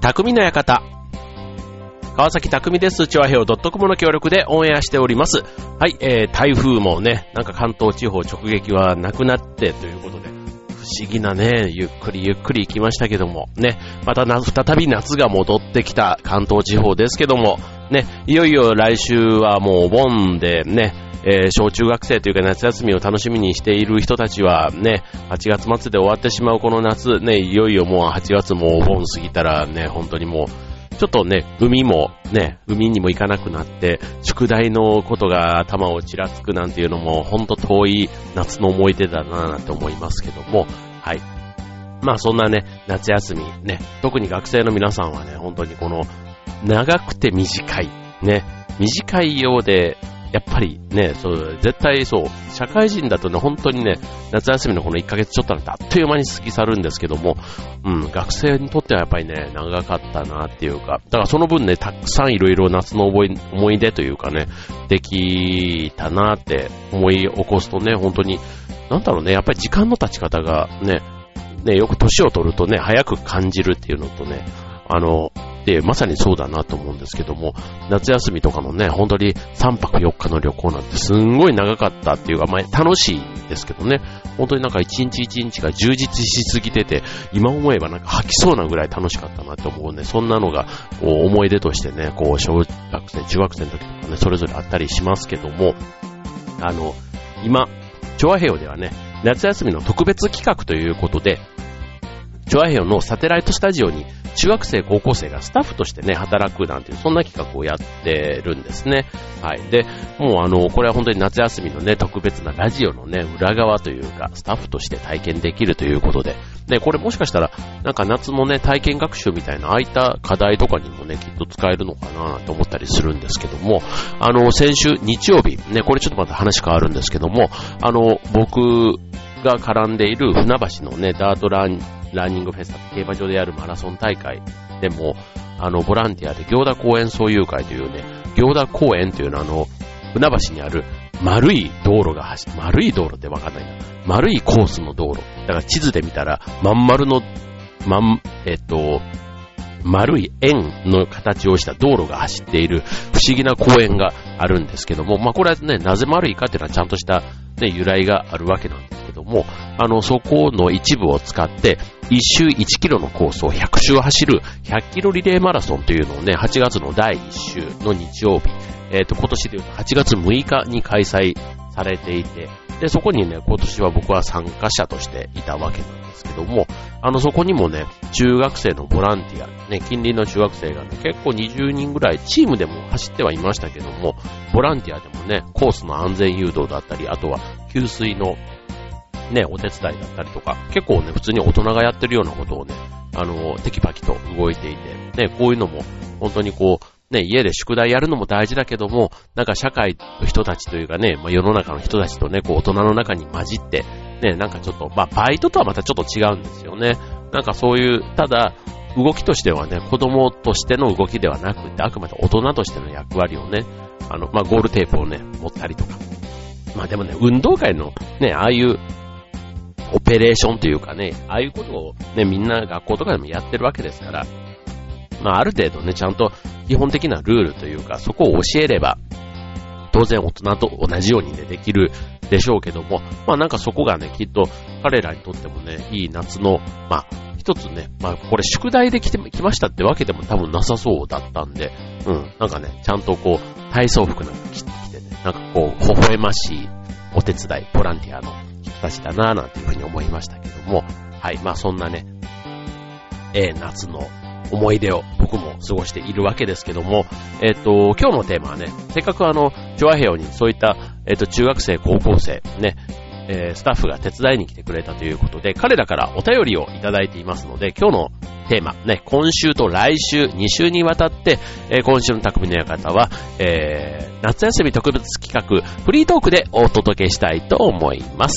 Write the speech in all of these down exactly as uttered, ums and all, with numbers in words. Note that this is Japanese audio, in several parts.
匠の館。川崎匠です。チョアヘオ .com の協力でオンエアしております。はい、えー、台風もね、なんか関東地方直撃はなくなってということで、不思議なね、ゆっくりゆっくり行きましたけども、ね、またな再び夏が戻ってきた関東地方ですけども、ね、いよいよ来週はもうお盆でね、えー、小中学生というか夏休みを楽しみにしている人たちはね、はちがつ末で終わってしまうこの夏、ね、いよいよもうはちがつもお盆過ぎたらね、本当にもう、ちょっとね、海もね、海にも行かなくなって、宿題のことが頭をちらつくなんていうのも、ほんと遠い夏の思い出だなぁなんて思いますけども、はい。まあそんなね、夏休みね、特に学生の皆さんはね、本当にこの、長くて短い、ね、短いようで、やっぱりね、そう、絶対そう、社会人だとね、本当にね、夏休みのこのいっかげつちょっとなんてあっという間に過ぎ去るんですけども、うん、学生にとってはやっぱりね、長かったなっていうか、だからその分ね、たくさんいろいろ夏の思い、思い出というかね、できたなって思い起こすとね、本当に、なんだろうね、やっぱり時間の経ち方がね、ね、よく年を取るとね、早く感じるっていうのとね、あの、で、まさにそうだなと思うんですけども、夏休みとかのね、本当にさんぱくよっかの旅行なんてすんごい長かったっていうか、まあ楽しいんですけどね、本当になんか一日一日が充実しすぎてて、今思えばなんか吐きそうなぐらい楽しかったなって思うね、そんなのがこう思い出としてね、こう小学生、中学生の時とかね、それぞれあったりしますけども、あの、今、チョアヘヨではね、夏休みの特別企画ということで、チョアヘヨのサテライトスタジオに中学生、高校生がスタッフとしてね、働くなんていう、そんな企画をやってるんですね。はい。で、もうあの、これは本当に夏休みのね、特別なラジオのね、裏側というか、スタッフとして体験できるということで、で、これもしかしたら、なんか夏のね、体験学習みたいな、ああいった課題とかにもね、きっと使えるのかなと思ったりするんですけども、あの、先週日曜日、ね、これちょっとまた話変わるんですけども、あの、僕が絡んでいる船橋のね、ダートラン、ランニングフェスタ、競馬場でやるマラソン大会でも、あの、ボランティアで行田公園総友会というね、行田公園というのはあの、船橋にある丸い道路が走る、丸い道路ってわかんないな。丸いコースの道路。だから地図で見たら、まん丸の、まん、えっと、丸い円の形をした道路が走っている不思議な公園があるんですけども、まあこれはね、なぜ丸いかっていうのはちゃんとしたね、由来があるわけなんですけども、あの、そこの一部を使って、一周いちキロのコースをひゃく周走るひゃっキロリレーマラソンというのをね、はちがつのだいいっ週の日曜日、えっと、今年でいうとはちがつむいかに開催されていて、で、そこにね、今年は僕は参加者としていたわけなんですけども、あの、そこにもね、中学生のボランティア、ね、近隣の中学生がね、結構にじゅうにんぐらいチームでも走ってはいましたけども、ボランティアでもね、コースの安全誘導だったり、あとは給水のね、お手伝いだったりとか、結構ね、普通に大人がやってるようなことをね、あの、テキパキと動いていて、ね、こういうのも、本当にこう、ね、家で宿題やるのも大事だけども、なんか社会の人たちというかね、まあ、世の中の人たちとね、こう大人の中に混じって、ね、なんかちょっと、まあ、バイトとはまたちょっと違うんですよね。なんかそういう、ただ、動きとしてはね、子供としての動きではなくて、あくまで大人としての役割をね、あの、まあ、ゴールテープをね、持ったりとか。まあ、でもね、運動会のね、ああいう、オペレーションというかね、ああいうことをね、みんな学校とかでもやってるわけですから、まあ、ある程度ね、ちゃんと基本的なルールというか、そこを教えれば、当然大人と同じようにね、できるでしょうけども、まあなんかそこがね、きっと彼らにとってもね、いい夏の、まあ、一つね、まあこれ宿題で来て、来ましたってわけでも多分なさそうだったんで、うん、なんかね、ちゃんとこう、体操服なんか着てきてね、なんかこう、微笑ましいお手伝い、ボランティアの人たちだなぁなんていうふうに思いましたけども、はい、まあそんなね、えー、夏の思い出を僕も過ごしているわけですけども、えっと、今日のテーマはね、せっかくあの、チョアヘヨにそういった、えっと、中学生、高校生、ね、えー、スタッフが手伝いに来てくれたということで、彼らからお便りをいただいていますので、今日のテーマ、ね、今週と来週、に週にわたって、えー、今週の匠の館は、えー、夏休み特別企画、フリートークでお届けしたいと思います。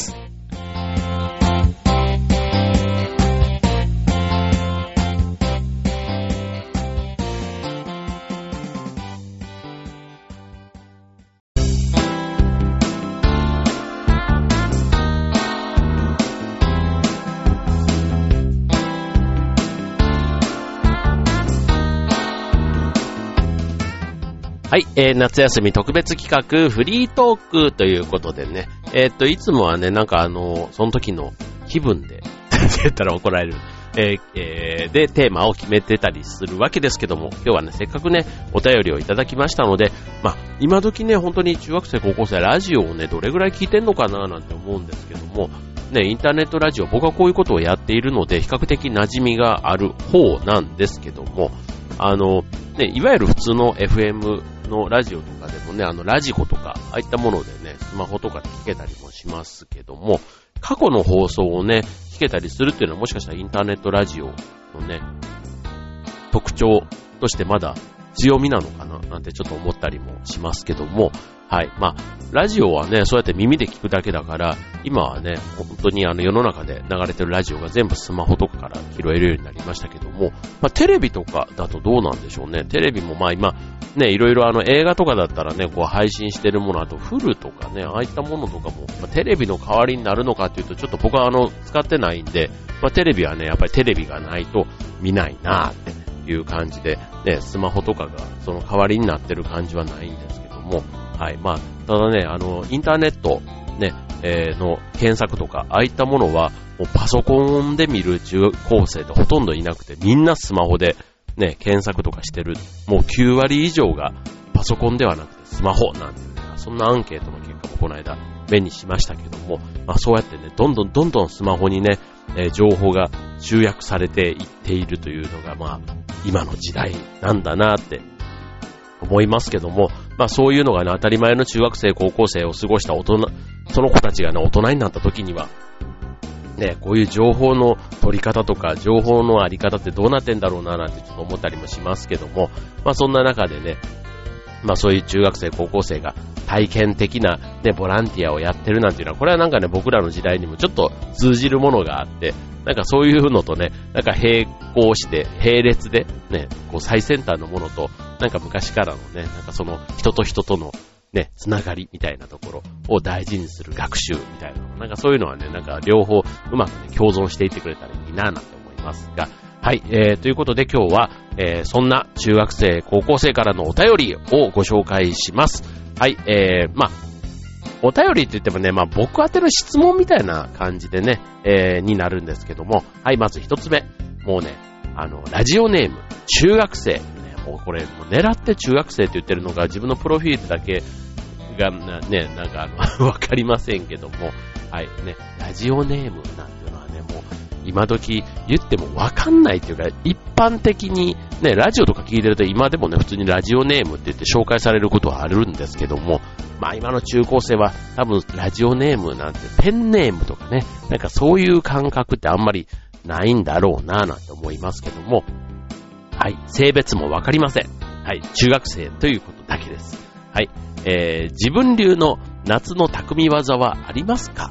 はい、えー、夏休み特別企画フリートークということでね、えー、っといつもはねなんかあのその時の気分で言ったら怒られる、えーえー、でテーマを決めてたりするわけですけども、今日はねせっかくねお便りをいただきましたので、まあ今時ね本当に中学生高校生ラジオをねどれぐらい聞いてんのかななんて思うんですけどもね、インターネットラジオ僕はこういうことをやっているので比較的馴染みがある方なんですけども、あのねいわゆる普通の エフエムのラジオとかでもね、あのラジコとかああいったものでねスマホとかで聞けたりもしますけども、過去の放送をね聞けたりするっていうのはもしかしたらインターネットラジオのね特徴としてまだ強みなのかななんてちょっと思ったりもしますけども、はい。まあ、ラジオはね、そうやって耳で聞くだけだから、今はね、本当にあの世の中で流れてるラジオが全部スマホとかから拾えるようになりましたけども、まあ、テレビとかだとどうなんでしょうね。テレビもまあ今、ね、いろいろあの映画とかだったらね、こう配信してるもの、あとフルとかね、ああいったものとかも、まあ、テレビの代わりになるのかっていうと、ちょっと僕はあの、使ってないんで、まあ、テレビはね、やっぱりテレビがないと見ないなーっていう感じで、ね、スマホとかがその代わりになってる感じはないんですけども、はい。まあ、ただね、あの、インターネット、ね、えー、の検索とか、ああいったものは、もうパソコンで見る中高生ってほとんどいなくて、みんなスマホで、ね、検索とかしてる。もうきゅうわり以上がパソコンではなくてスマホなんていうね、そんなアンケートの結果もこの間目にしましたけども、まあそうやってね、どんどんどんどんスマホにね、えー、情報が集約されていっているというのが、まあ、今の時代なんだなって思いますけども、まあそういうのがね、当たり前の中学生、高校生を過ごした大人、その子たちがね、大人になった時には、ね、こういう情報の取り方とか、情報のあり方ってどうなってんだろうななんてちょっと思ったりもしますけども、まあそんな中でね、まあそういう中学生、高校生が体験的なね、ボランティアをやってるなんていうのは、これはなんかね、僕らの時代にもちょっと通じるものがあって、なんかそういうのとね、なんか並行して、並列でね、こう最先端のものと、なんか昔からのね、なんかその人と人とのね、つながりみたいなところを大事にする学習みたいな、なんかそういうのはね、なんか両方うまくね、共存していってくれたらいいななんて思いますが、はい、えー、ということで今日は、えー、そんな中学生、高校生からのお便りをご紹介します。はい、えー、まあ、お便りって言ってもね、まあ僕宛ての質問みたいな感じでね、えー、になるんですけども、はい、まず一つ目。もうね、あの、ラジオネーム、中学生。ね、もうこれ、もう狙って中学生って言ってるのが自分のプロフィールだけが、ね、なんかあの、わかりませんけども、はい、ね、ラジオネームなんていうのはね、もう、今時言ってもわかんないっていうか、一般的にね、ラジオとか聞いてると今でもね、普通にラジオネームって言って紹介されることはあるんですけども、まあ今の中高生は多分ラジオネームなんてペンネームとかね、なんかそういう感覚ってあんまりないんだろうなぁなんて思いますけども、はい、性別もわかりません。はい、中学生ということだけです。はい、えー、自分流の夏の匠技はありますか？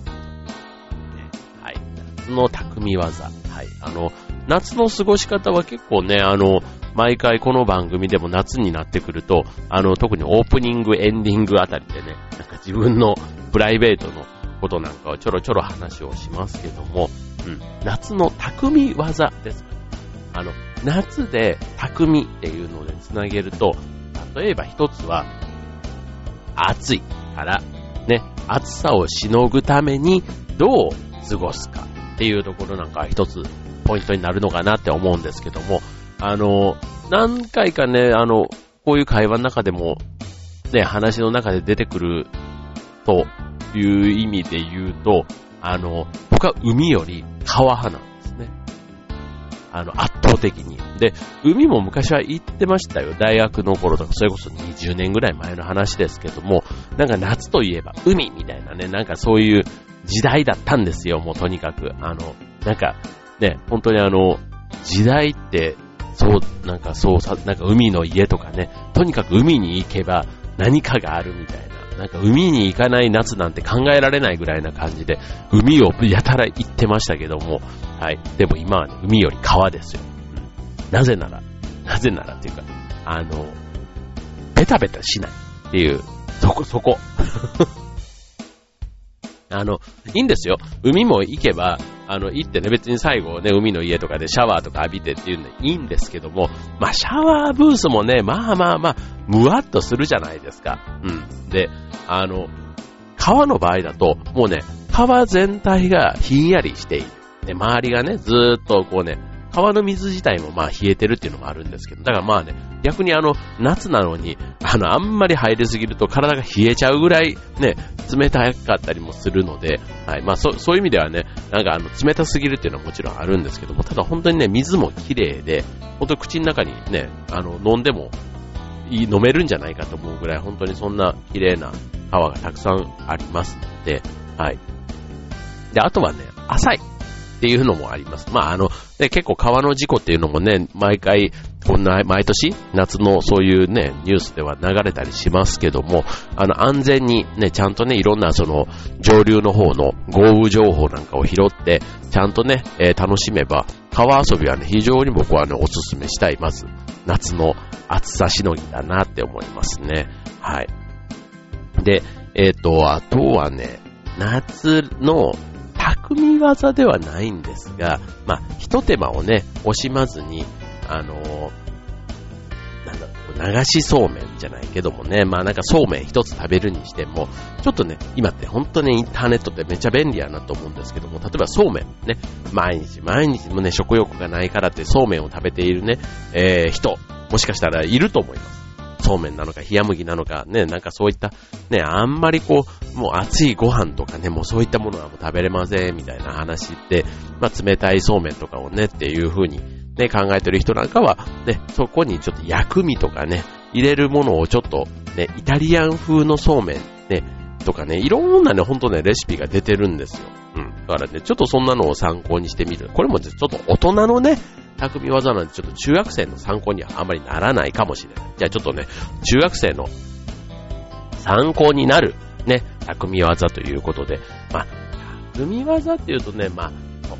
の匠技。はい。あの、夏の過ごし方は結構ね、あの、毎回この番組でも夏になってくると、あの、特にオープニング、エンディングあたりでね、なんか自分のプライベートのことなんかをちょろちょろ話をしますけども、うん。夏の匠技です。あの、夏で匠っていうのでつなげると、例えば一つは、暑いから、ね、暑さをしのぐためにどう過ごすか。っていうところなんか一つポイントになるのかなって思うんですけども、あの、何回かね、あの、こういう会話の中でも、ね、話の中で出てくるという意味で言うと、あの、僕は海より川派なんですね。あの、圧倒的に。で、海も昔は行ってましたよ。大学の頃とか、それこそにじゅうねんぐらい前の話ですけども、なんか夏といえば海みたいなね、なんかそういう時代だったんですよ、もうとにかく。あの、なんか、ね、本当にあの、時代って、そう、なんかそうさ、なんか海の家とかね、とにかく海に行けば何かがあるみたいな。なんか海に行かない夏なんて考えられないぐらいな感じで、海をやたら行ってましたけども、はい。でも今はね、海より川ですよ。うん、なぜなら、なぜならっていうか、あの、ベタベタしないっていう、そこそこ。 あの、いいんですよ。海も行けば、あの、行ってね、別に最後ね、海の家とかでシャワーとか浴びてっていうのいいんですけども、まあ、シャワーブースもね、まあまあまあ、むわっとするじゃないですか。うん。で、あの、川の場合だと、もうね、川全体がひんやりしている。で、周りがね、ずーっとこうね、川の水自体もまあ冷えてるっていうのもあるんですけど、だからまあね、逆にあの、夏なのに、あの、あんまり入りすぎると体が冷えちゃうぐらいね、冷たかったりもするので、はい、まあそ、そういう意味ではね、なんかあの、冷たすぎるっていうのはもちろんあるんですけども、ただ本当にね、水も綺麗で、本当に口の中にね、あの、飲んでもいい、飲めるんじゃないかと思うぐらい、本当にそんな綺麗な川がたくさんありますので、はい。で、あとはね、浅い。っていうのもあります。まあ、あの、ね、結構川の事故っていうのもね、毎回、こんな、毎年、夏のそういうね、ニュースでは流れたりしますけども、あの、安全にね、ちゃんとね、いろんなその、上流の方の豪雨情報なんかを拾って、ちゃんとね、えー、楽しめば、川遊びはね、非常に僕はね、おすすめしたいます。夏の暑さしのぎだなって思いますね。はい。で、えっと、あとはね、夏の、匠技ではないんですが、まあ、一手間をね、惜しまずに、あのー、なんだ、流しそうめんじゃないけどもね、まあなんかそうめん一つ食べるにしても、ちょっとね、今って本当にインターネットってめっちゃ便利やなと思うんですけども、例えばそうめんね、毎日毎日もね、食欲がないからってそうめんを食べているね、えー、人、もしかしたらいると思います。そうめんなのか、冷麦なのか、ね、なんかそういった、ね、あんまりこう、もう熱いご飯とかね、もうそういったものはもう食べれません、みたいな話って、まあ冷たいそうめんとかをね、っていう風にね、考えてる人なんかは、ね、そこにちょっと薬味とかね、入れるものをちょっと、ね、イタリアン風のそうめん、ね、とかね、いろんなね、ほんとね、レシピが出てるんですよ。うん。だからね、ちょっとそんなのを参考にしてみる。これもちょっと大人のね、匠技なんでちょっと中学生の参考にはあまりならないかもしれない。じゃあちょっとね、中学生の参考になるね、匠技ということで、まあ、匠技っていうとね、まあ、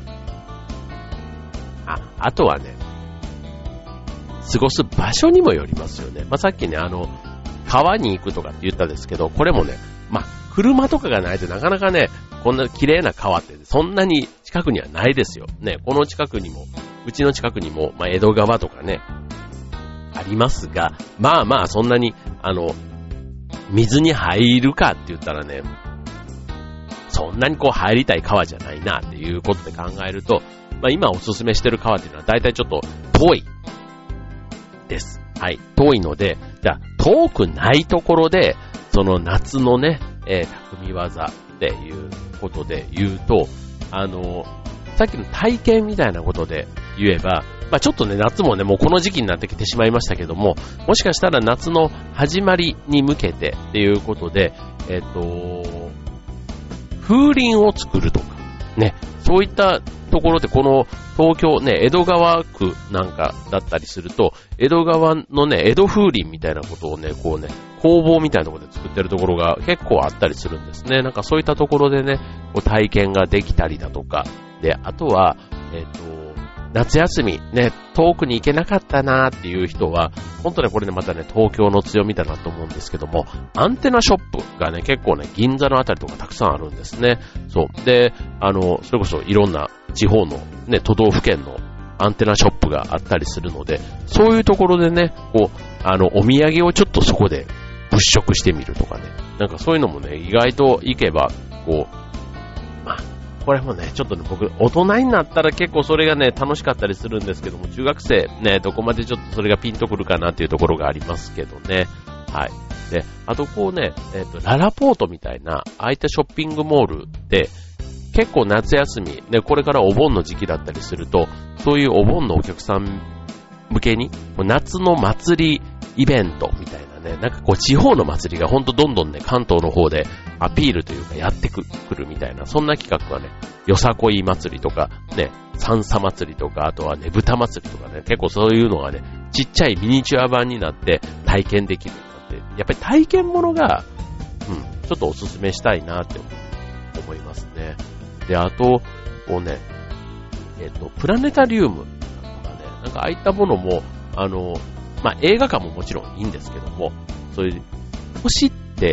あ、あとはね、過ごす場所にもよりますよね。まあさっきね、あの、川に行くとかって言ったんですけど、これもね、まあ、車とかがないとなかなかね、こんな綺麗な川ってそんなに近くにはないですよ。ね、この近くにも、うちの近くにも、まあ、江戸川とかね、ありますが、まあまあそんなに、あの、水に入るかって言ったらね、そんなにこう入りたい川じゃないなっていうことで考えると、まあ今おすすめしてる川っていうのは大体ちょっと遠いです。はい。遠いので、じゃあ遠くないところで、その夏のね、えー、匠技っていうことで言うと、あの、さっきの体験みたいなことで言えば、まあちょっとね、夏もね、もうこの時期になってきてしまいましたけども、もしかしたら夏の始まりに向けてっていうことで、えっと、風鈴を作るとか、ね、そういったところでこの東京ね、江戸川区なんかだったりすると、江戸川のね、江戸風鈴みたいなことをね、こうね、工房みたいなところで作ってるところが結構あったりするんですね。なんかそういったところでね、こう体験ができたりだとか、で、あとは、えっと、夏休み、ね、遠くに行けなかったなーっていう人は、本当ね、これね、またね、東京の強みだなと思うんですけども、アンテナショップがね、結構ね、銀座のあたりとかたくさんあるんですね。そう。で、あの、それこそいろんな地方のね、都道府県のアンテナショップがあったりするので、そういうところでね、こう、あの、お土産をちょっとそこで物色してみるとかね、なんかそういうのもね、意外と行けば、こう、まあ、これもね、ちょっとね、僕、大人になったら結構それがね、楽しかったりするんですけども、中学生ね、どこまでちょっとそれがピンとくるかなっていうところがありますけどね。はい。で、あとこうね、えっと、ララポートみたいな、ああいったショッピングモールで、結構夏休み、ね、これからお盆の時期だったりすると、そういうお盆のお客さん向けに、夏の祭りイベントみたいなね、なんかこう地方の祭りがほんとどんどんね、関東の方でアピールというかやってくるみたいな、そんな企画がね、よさこい祭りとか、ね、さんさ祭りとか、あとはねぶた祭りとかね、結構そういうのがね、ちっちゃいミニチュア版になって体験できるって、やっぱり体験ものが、うん、ちょっとおすすめしたいなって思いますね。で、あと、こうね、えっと、プラネタリウムとかね、なんかああいったものも、あの、まあ、映画館ももちろんいいんですけども、そういう、星って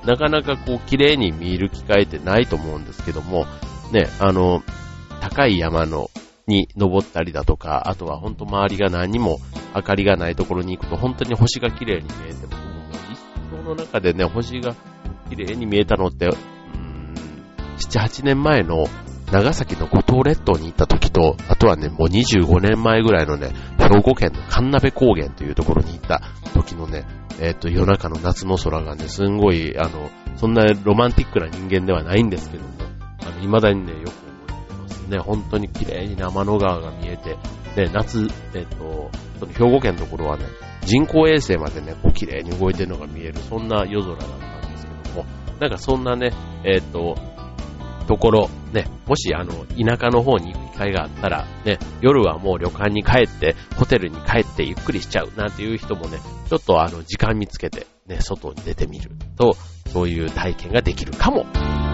なかなかこう綺麗に見る機会ってないと思うんですけども、ね、あの、高い山のに登ったりだとか、あとは本当周りが何にも明かりがないところに行くと本当に星が綺麗に見えて、僕も一生の中でね、星が綺麗に見えたのって、うーん、なな、はちねんまえの長崎の五島列島に行った時と、あとはね、もうにじゅうごねんまえぐらいのね、兵庫県の神鍋高原というところに行った時のね、えっと、夜中の夏の空がね、すんごい、あの、そんなロマンティックな人間ではないんですけども、あの、未だにね、よく覚えてますね。本当に綺麗に天の川が見えて、ね、夏、えっと、その兵庫県のところはね、人工衛星までね、こう綺麗に動いてるのが見える、そんな夜空だったんですけども、なんかそんなね、えっと、ところ、ね、もしあの、田舎の方に行く機会があったら、ね、夜はもう旅館に帰って、ホテルに帰ってゆっくりしちゃうなんていう人もね、ちょっとあの、時間見つけて、ね、外に出てみると、そういう体験ができるかも。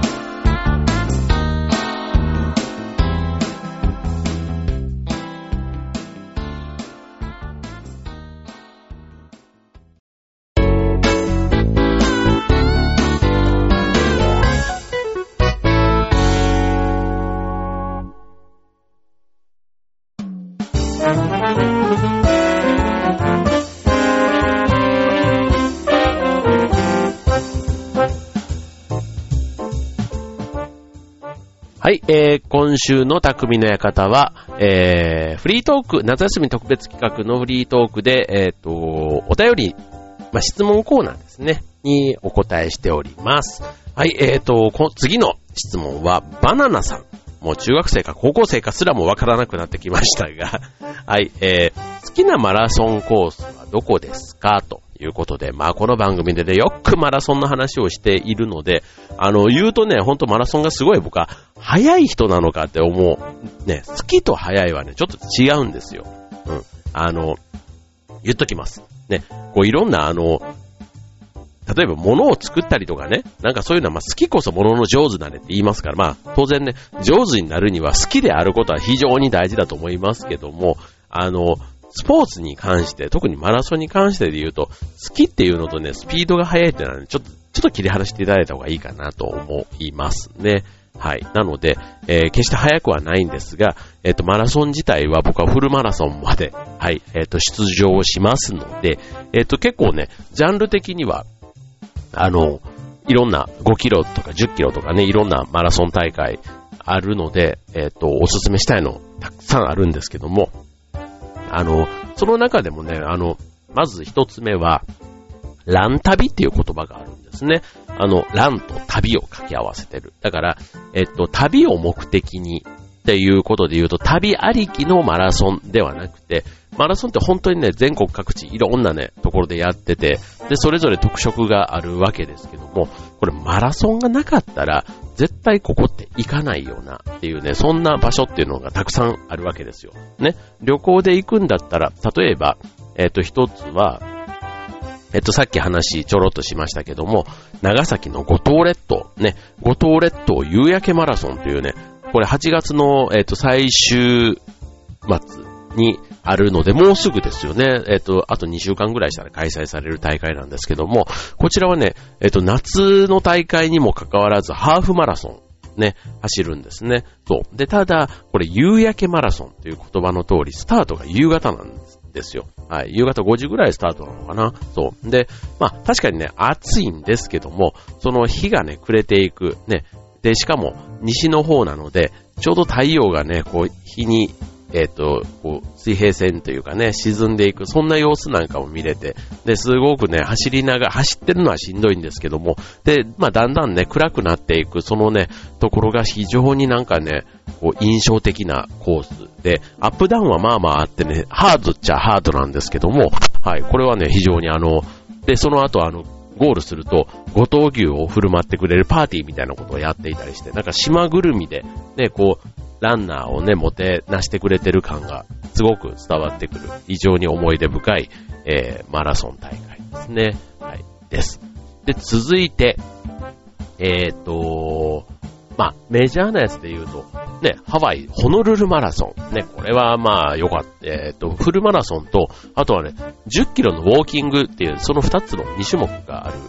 はい、えー、今週の匠の館は、えー、フリートーク、夏休み特別企画のフリートークで、えっと、お便り、まあ、質問コーナーですね、にお答えしております。はい、えっと、次の質問は、バナナさん。もう中学生か高校生かすらもわからなくなってきましたが、はい、えー、好きなマラソンコースはどこですかということで、まあこの番組でね、よくマラソンの話をしているので、あの、言うとね、ほんとマラソンがすごい僕は、速い人なのかって思う。ね、好きと速いはね、ちょっと違うんですよ。うん。あの、言っときます。ね、こういろんなあの、例えば物を作ったりとかね、なんかそういうのはまあ好きこそ物の上手だねって言いますから、まあ当然ね、上手になるには好きであることは非常に大事だと思いますけども、あの、スポーツに関して、特にマラソンに関してで言うと、好きっていうのとね、スピードが速いっていうのはね、ちょっと、ちょっと切り離していただいた方がいいかなと思いますね。はい。なので、えー、決して速くはないんですが、えっと、マラソン自体は僕はフルマラソンまで、はい、えっと、出場しますので、えっと、結構ね、ジャンル的には、あの、いろんなごキロとかじゅっキロとかね、いろんなマラソン大会あるので、えっと、おすすめしたいのたくさんあるんですけども、あの、その中でもね、あの、まず一つ目は、ラン旅っていう言葉があるんですね。あの、ランと旅を掛け合わせてる。だから、えっと、旅を目的にっていうことで言うと、旅ありきのマラソンではなくて、マラソンって本当にね、全国各地いろんなね、ところでやってて、で、それぞれ特色があるわけですけども、これマラソンがなかったら、絶対ここって行かないよなっていうね、そんな場所っていうのがたくさんあるわけですよ。ね。旅行で行くんだったら、例えば、えっと、一つは、えっと、さっき話ちょろっとしましたけども、長崎の五島列島、ね、五島列島夕焼けマラソンというね、これはちがつの、えっと、最終末にあるので、もうすぐですよね。えっと、あとにしゅうかんぐらいしたら開催される大会なんですけども、こちらはね、えっと、夏の大会にもかかわらず、ハーフマラソン、ね、走るんですね。そう。で、ただ、これ、夕焼けマラソンという言葉の通り、スタートが夕方なんです。ですよ。はい。夕方ごじぐらいスタートなのかな。そう。で、まあ、確かにね、暑いんですけども、その日がね、暮れていく。ね。で、しかも、西の方なので、ちょうど太陽がね、こう、日に、えっと、こう、水平線というかね、沈んでいく、そんな様子なんかも見れて、で、すごくね、走りながら、走ってるのはしんどいんですけども、で、まあ、だんだんね、暗くなっていく、そのね、ところが非常になんかね、こう、印象的なコースで、アップダウンはまあまああってね、ハードっちゃハードなんですけども、はい、これはね、非常にあの、で、その後あの、ゴールすると、五島牛を振る舞ってくれるパーティーみたいなことをやっていたりして、なんか島ぐるみで、ね、こう、ランナーをね、もてなしてくれてる感がすごく伝わってくる、非常に思い出深い、えー、マラソン大会ですね。はい、です。で、続いて、えっと、まあ、メジャーなやつで言うと、ね、ハワイ、ホノルルマラソン。ね、これはまあ、よかった。えっと、フルマラソンと、あとはね、じゅっキロのウォーキングっていう、そのふたつのにしゅもくがあるんで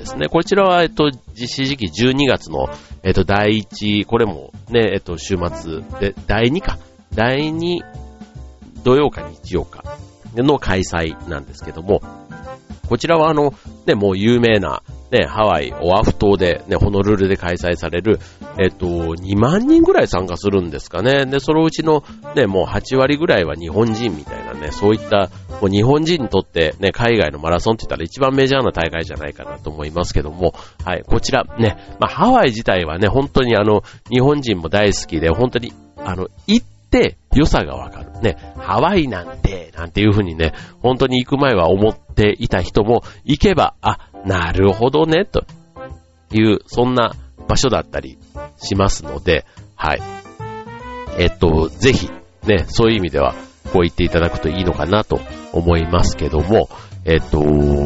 ですね。こちらは、えっと、実施時期じゅうにがつの、えっと、だいいち、これもね、えっと、週末で、だいにか。だいに土曜か日曜かの開催なんですけども、こちらはあの、ね、もう有名な、ね、ハワイ、オアフ島で、ね、ホノルルで開催される、えっと、にまんにんぐらい参加するんですかね。で、そのうちの、ね、もうはちわりぐらいは日本人みたいなね、そういった、もう日本人にとって、ね、海外のマラソンって言ったら一番メジャーな大会じゃないかなと思いますけども、はい、こちら、ね、まあ、ハワイ自体はね、本当にあの、日本人も大好きで、本当に、あの、行って良さがわかる。ね、ハワイなんて、なんていうふうにね、本当に行く前は思っていた人も、行けば、あ、なるほどね、という、そんな場所だったりしますので、はい。えっと、ぜひ、ね、そういう意味では、こう言っていただくといいのかなと思いますけども、えっと、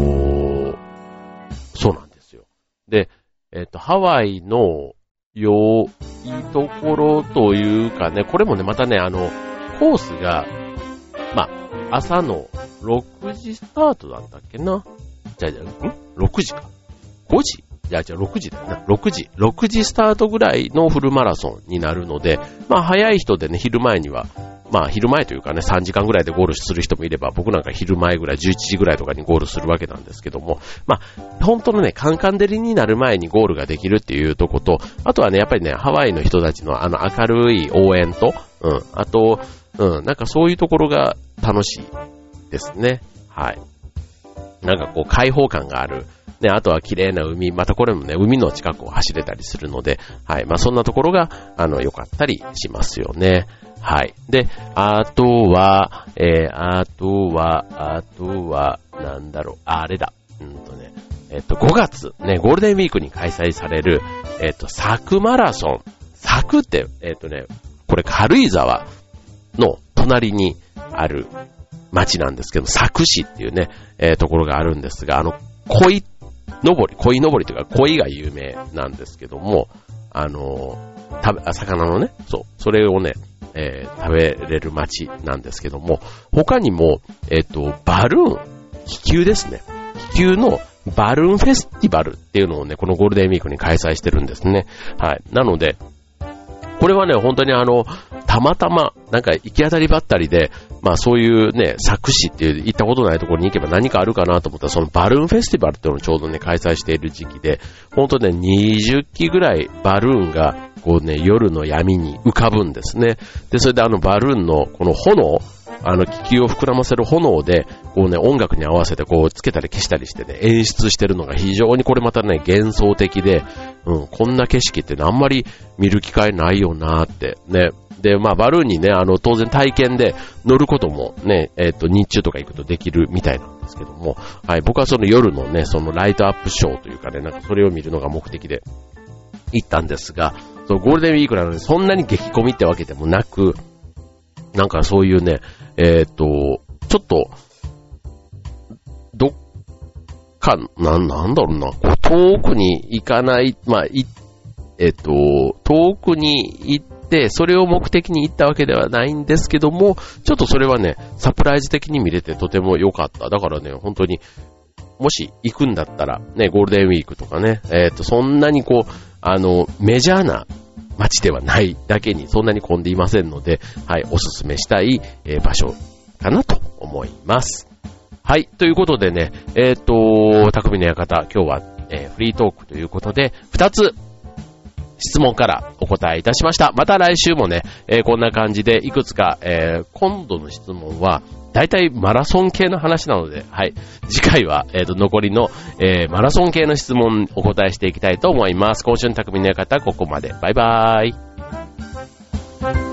そうなんですよ。で、えっと、ハワイの良いところというかね、これもね、またね、あの、コースが、まあ、朝のろくじスタートだったっけな。じゃあじゃあ、ん ?ろく 時か。ごじじゃあじゃあろくじだよな。ろくじ。ろくじスタートぐらいのフルマラソンになるので、まあ早い人でね、昼前には、まあ昼前というかね、さんじかんぐらいでゴールする人もいれば、僕なんか昼前ぐらい、じゅういちじぐらいとかにゴールするわけなんですけども、まあ、本当のね、カンカン照りになる前にゴールができるっていうとこと、あとはね、やっぱりね、ハワイの人たちのあの明るい応援と、うん、あと、うん、なんかそういうところが楽しいですね。はい。なんかこう開放感がある。ね、あとは綺麗な海、またこれもね、海の近くを走れたりするので、はい。まあそんなところが、あの、良かったりしますよね。はい。で、あとは、えー、あとは、あとは、なんだろう、あれだ。うんとね、えっと、ごがつ、ね、ゴールデンウィークに開催される、えっと、サクマラソン。サクって、えっとね、これ軽井沢の隣にある町なんですけど、佐久市っていうね、えー、ところがあるんですが、あの、鯉登り、鯉登りというか鯉が有名なんですけども、あの、食べ、魚のね、そう、それをね、えー、食べれる町なんですけども、他にも、えっと、バルーン、気球ですね。気球のバルーンフェスティバルっていうのをね、このゴールデンウィークに開催してるんですね。はい。なので、これはね、本当にあの、たまたま、なんか行き当たりばったりで、まあそういうね、佐久市っていう行ったことないところに行けば何かあるかなと思ったら、そのバルーンフェスティバルっていうのをちょうどね、開催している時期で、本当ね、にじゅっきぐらいバルーンが、こうね、夜の闇に浮かぶんですね。で、それであのバルーンのこの炎、あの気球を膨らませる炎で、こうね、音楽に合わせてこうつけたり消したりしてね、演出してるのが非常にこれまたね、幻想的で、うん、こんな景色ってね、あんまり見る機会ないよなーってね。で、まあ、バルーンにね、あの、当然体験で乗ることもね、えっと、日中とか行くとできるみたいなんですけども、はい、僕はその夜のね、そのライトアップショーというかね、なんかそれを見るのが目的で行ったんですが、そのゴールデンウィークなのでそんなに激混みってわけでもなく、なんかそういうね、えっと、ちょっと、どっか、な、なんだろうな、こう遠くに行かない、まあ、い、えっと、遠くに行って、それを目的に行ったわけではないんですけども、ちょっとそれはね、サプライズ的に見れてとても良かった。だからね、本当に、もし行くんだったら、ね、ゴールデンウィークとかね、えっと、そんなにこう、あの、メジャーな街ではないだけにそんなに混んでいませんので、はい、おすすめしたい、えー、場所かなと思います。はい、ということでね、えっと、匠の館、今日は、えー、フリートークということで、二つ、質問からお答えいたしました。また来週もね、えー、こんな感じでいくつか、えー、今度の質問は、だいたいマラソン系の話なので、はい。次回は、えっと、残りの、えー、マラソン系の質問お答えしていきたいと思います。今週の匠の館、ここまで。バイバーイ。